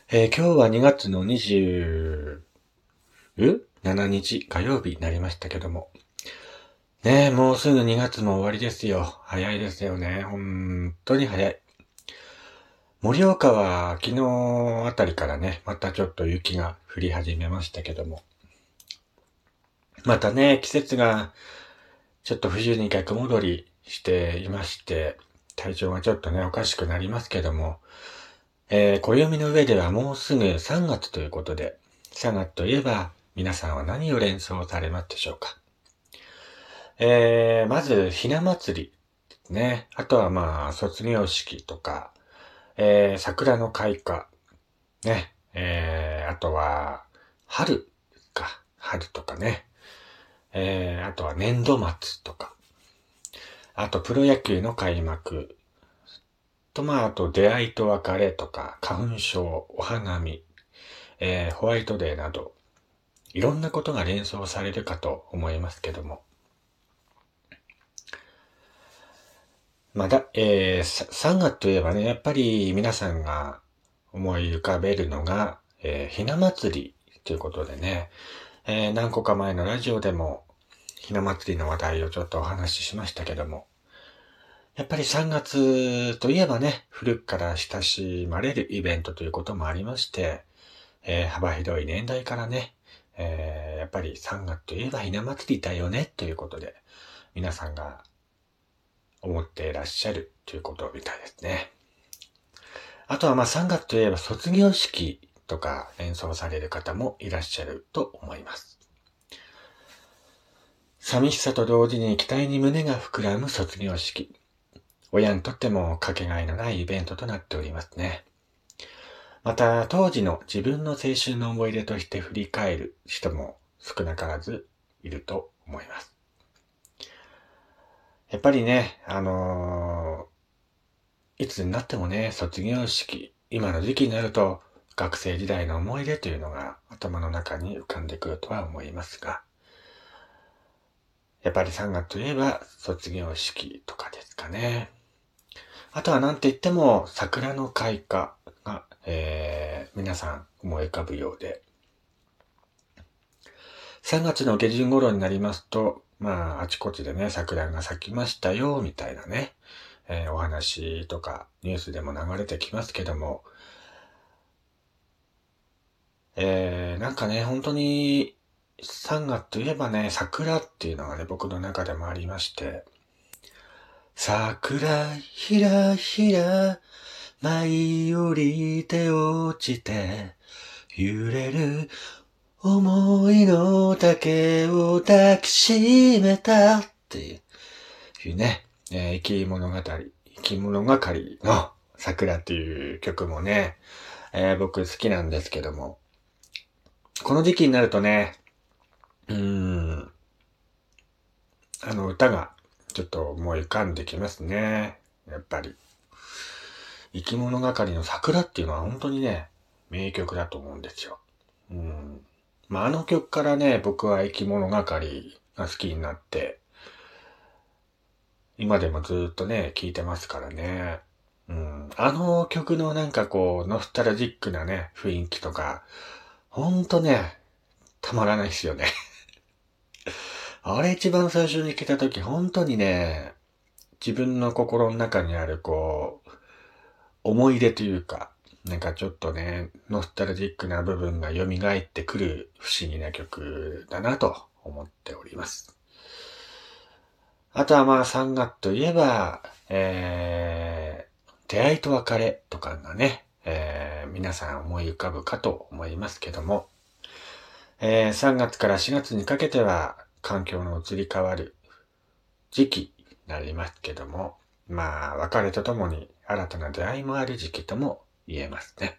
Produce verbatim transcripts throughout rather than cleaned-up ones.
えー今日はにがつのにじゅうしちにち火曜日になりましたけども。ねえ、もうすぐにがつも終わりですよ。早いですよね。本当に早い。盛岡は昨日あたりからね、またちょっと雪が降り始めましたけども。またね、季節がちょっと冬に逆戻りしていまして、体調がちょっとね、おかしくなりますけども、えー、暦の上ではもうすぐさんがつということで、さんがつといえば皆さんは何を連想されますでしょうか。えー、まず、ひな祭りですね。あとはまあ、卒業式とか、えー、桜の開花、ね。えー、あとは、春か、春とかね。えー、あとは年度末とか。あと、プロ野球の開幕。と、まあ、あと、出会いと別れとか、花粉症、お花見、えー、ホワイトデーなど、いろんなことが連想されるかと思いますけども。まだ、えー、ささんがつといえばね、やっぱり皆さんが思い浮かべるのが、えー、ひな祭りということでね、えー、何個か前のラジオでもひな祭りの話題をちょっとお話ししましたけども、やっぱりさんがつといえばね、古くから親しまれるイベントということもありまして、えー、幅広い年代からね、えー、やっぱりさんがつといえばひな祭りだよねということで、皆さんが思っていらっしゃるということみたいですね。あとはまあさんがつといえば卒業式とか連想される方もいらっしゃると思います。寂しさと同時に期待に胸が膨らむ卒業式。親にとってもかけがえのないイベントとなっておりますね。また当時の自分の青春の思い出として振り返る人も少なからずいると思います。やっぱりね、あのーいつになってもね、卒業式、今の時期になると学生時代の思い出というのが頭の中に浮かんでくるとは思いますが、やっぱりさんがつといえば卒業式とかですかね。あとはなんて言っても桜の開花が、えー、皆さん思い浮かぶようで、さんがつの下旬頃になりますと、まああちこちでね、桜が咲きましたよ、みたいなね、えー、お話とかニュースでも流れてきますけども、えー、なんかね、本当にさんがつといえばね、桜っていうのがね、僕の中でもありまして、桜ひらひら舞い降りて落ちて揺れる思いの丈を抱きしめたっていうね、えー、生き物語、生き物係の桜っていう曲もね、えー、僕好きなんですけども、この時期になるとね、うーん、あの歌がちょっと思い浮かんできますね。やっぱり。生き物係の桜っていうのは本当にね、名曲だと思うんですよ。うん。まあ、あの曲からね、僕は生き物係が好きになって、今でもずっとね、聴いてますからね。うん。あの曲のなんかこう、ノスタルジックなね、雰囲気とか、ほんとね、たまらないですよね。あれ一番最初に来た時、本当にね、自分の心の中にあるこう、思い出というか、なんかちょっとね、ノスタルジックな部分が蘇ってくる不思議な曲だなと思っております。あとはまあさんがつといえば、えー、出会いと別れとかがね、えー、皆さん思い浮かぶかと思いますけども、えー、さんがつからしがつにかけては環境の移り変わる時期になりますけども、まあ別れとともに新たな出会いもある時期とも言えますね。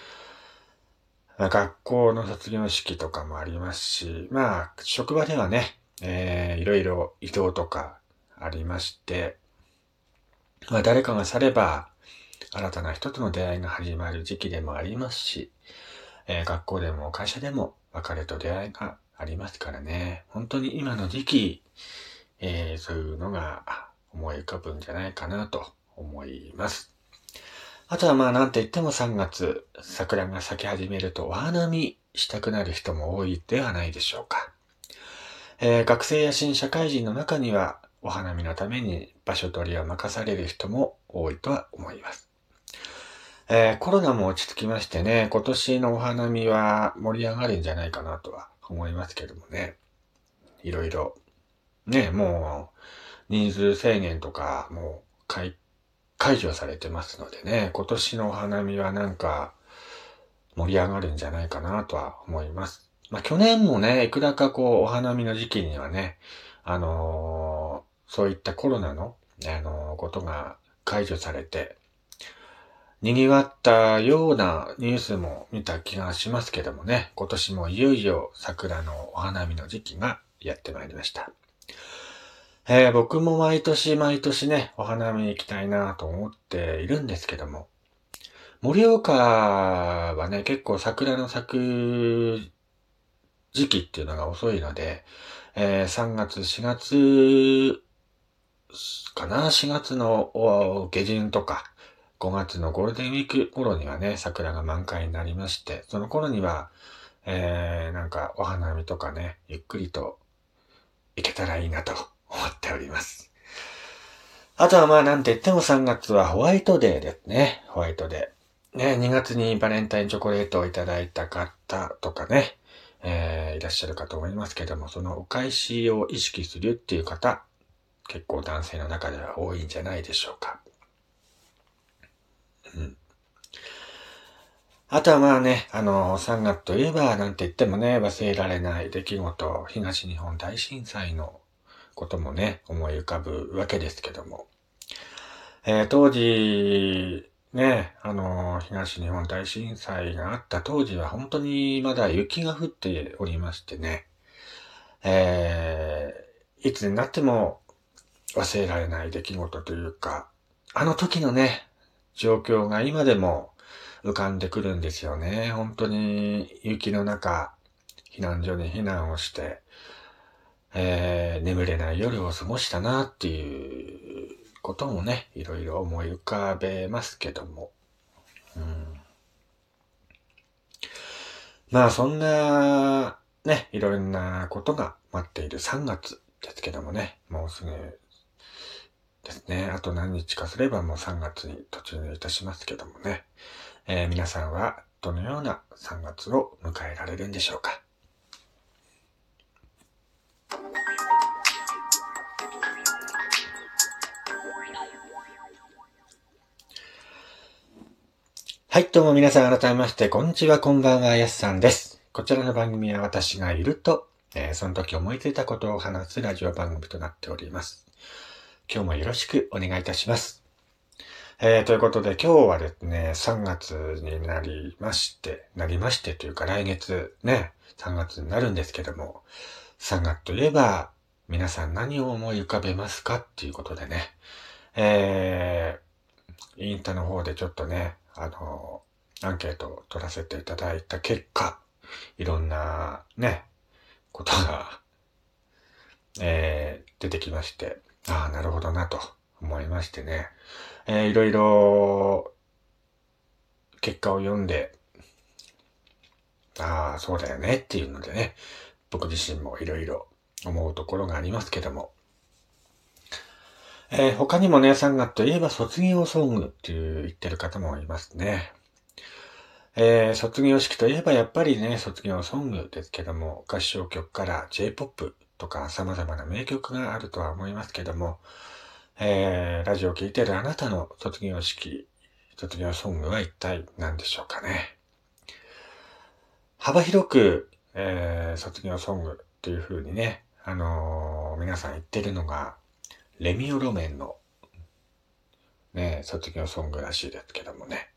学校の卒業式とかもありますし、まあ職場ではね、えー、いろいろ移動とかありまして、まあ誰かが去れば新たな人との出会いが始まる時期でもありますし、えー、学校でも会社でも別れと出会いがありますからね。本当に今の時期、えー、そういうのが思い浮かぶんじゃないかなと思います。 あとはまあなんて言ってもさんがつ、桜が咲き始めるとお花見したくなる人も多いではないでしょうか。えー、学生や新社会人の中にはお花見のために場所取りを任される人も多いとは思います。えー、コロナも落ち着きましてね、今年のお花見は盛り上がるんじゃないかなとは思いますけどもね。いろいろ。ね、もう人数制限とかもう解解除されてますのでね、今年のお花見はなんか盛り上がるんじゃないかなとは思います。まあ去年もね、いくらかこうお花見の時期にはね、あのー、そういったコロナの、あのー、ことが解除されて、賑わったようなニュースも見た気がしますけどもね、今年もいよいよ桜のお花見の時期がやってまいりました。えー、僕も毎年毎年ね、お花見行きたいなと思っているんですけども、盛岡はね、結構桜の咲く時期っていうのが遅いので、えー、さんがつ、しがつかな、しがつの下旬とか、ごがつのゴールデンウィーク頃にはね、桜が満開になりまして、その頃には、えー、なんかお花見とかね、ゆっくりと行けたらいいなと思っております。あとはまあなんて言ってもさんがつはホワイトデーですね。ホワイトデー。ね、にがつにバレンタインチョコレートをいただいた方とかね、えー、いらっしゃるかと思いますけども、そのお返しを意識するっていう方、結構男性の中では多いんじゃないでしょうか。うん。あとはまあね、あの、さんがつといえば、なんて言ってもね、忘れられない出来事、東日本大震災のこともね、思い浮かぶわけですけども。えー、当時、ね、あの、東日本大震災があった当時は本当にまだ雪が降っておりましてね、えー、いつになっても忘れられない出来事というか、あの時のね、状況が今でも浮かんでくるんですよね。本当に雪の中、避難所に避難をして、えー、眠れない夜を過ごしたなっていうこともね、いろいろ思い浮かべますけども。うん、まあそんな、ね、いろんなことが待っているさんがつですけどもね、もうすぐですね、あと何日かすればもうさんがつに突入いたしますけどもね、えー、皆さんはどのようなさんがつを迎えられるんでしょうか。はい、どうも皆さん改めまして、こんにちは、こんばんは、やすさんです。こちらの番組は私がいると、えー、その時思いついたことを話すラジオ番組となっております。今日もよろしくお願いいたします。えー、ということで今日はですね、さんがつになりまして、なりましてというか来月ね、さんがつになるんですけども、さんがつといえば皆さん何を思い浮かべますかっていうことでね、えー、インタの方でちょっとね、あの、アンケートを取らせていただいた結果、いろんなね、ことが、えー、出てきまして、ああ、なるほどなと思いましてね、えー、いろいろ結果を読んで、ああ、そうだよねっていうのでね、僕自身もいろいろ思うところがありますけども、えー、他にもね、さんがつといえば卒業ソングっていう言ってる方もいますね。えー、卒業式といえばやっぱりね、卒業ソングですけども、合唱曲から J-ポップ とか様々な名曲があるとは思いますけども、えー、ラジオを聴いてるあなたの卒業式、卒業ソングは一体何でしょうかね。幅広く、えー、卒業ソングっていう風にね、あのー、皆さん言ってるのが、レミオロメンのね、卒業ソングらしいですけどもね。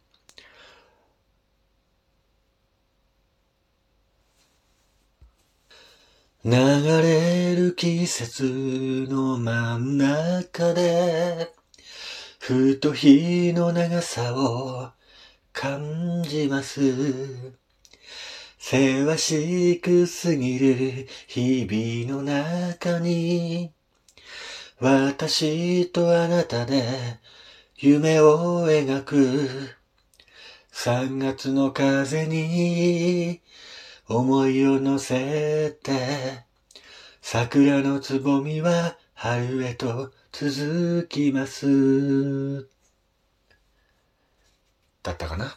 流れる季節の真ん中で、ふと日の長さを感じます。せわしく過ぎる日々の中に、私とあなたで夢を描く。 三月の風に思いを乗せて、桜のつぼみは春へと続きます。だったかな。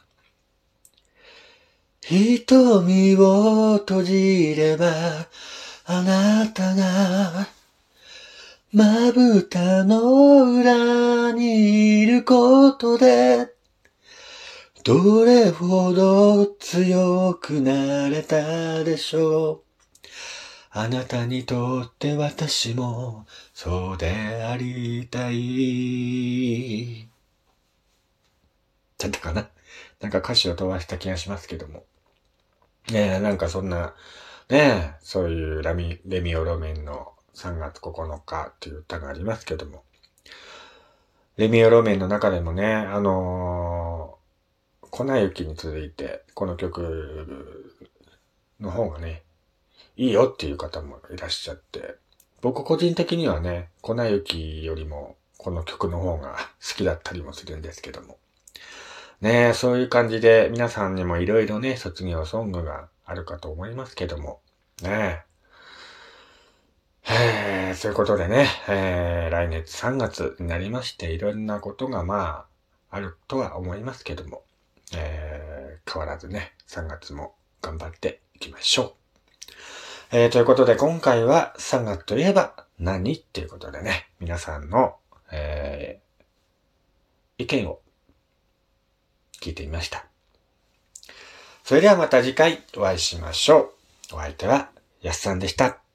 瞳を閉じれば、あなたがまぶたの裏にいることで、どれほど強くなれたでしょう。あなたにとって私もそうでありたい。だったかな。なんか歌詞を飛ばした気がしますけども。ねえ、なんかそんな、ねえ、そういうラミ、レミオロメンのさんがつここのかっていう歌がありますけども。レミオロメンの中でもね、あのー、粉雪に続いて、この曲の方がね、いいよっていう方もいらっしゃって、僕個人的にはね、粉雪よりもこの曲の方が好きだったりもするんですけども。ねえ、そういう感じで皆さんにもいろいろね、卒業ソングがあるかと思いますけども。ねえ。えー、そういうことでね、えー、来月さんがつになりまして、いろんなことがまあ、あるとは思いますけども、えー、変わらずね、さんがつも頑張っていきましょう。えー、ということで今回はさんがつといえば何っていうことでね、皆さんの、えー、意見を聞いてみました。それではまた次回お会いしましょう。お相手はやすさんでした。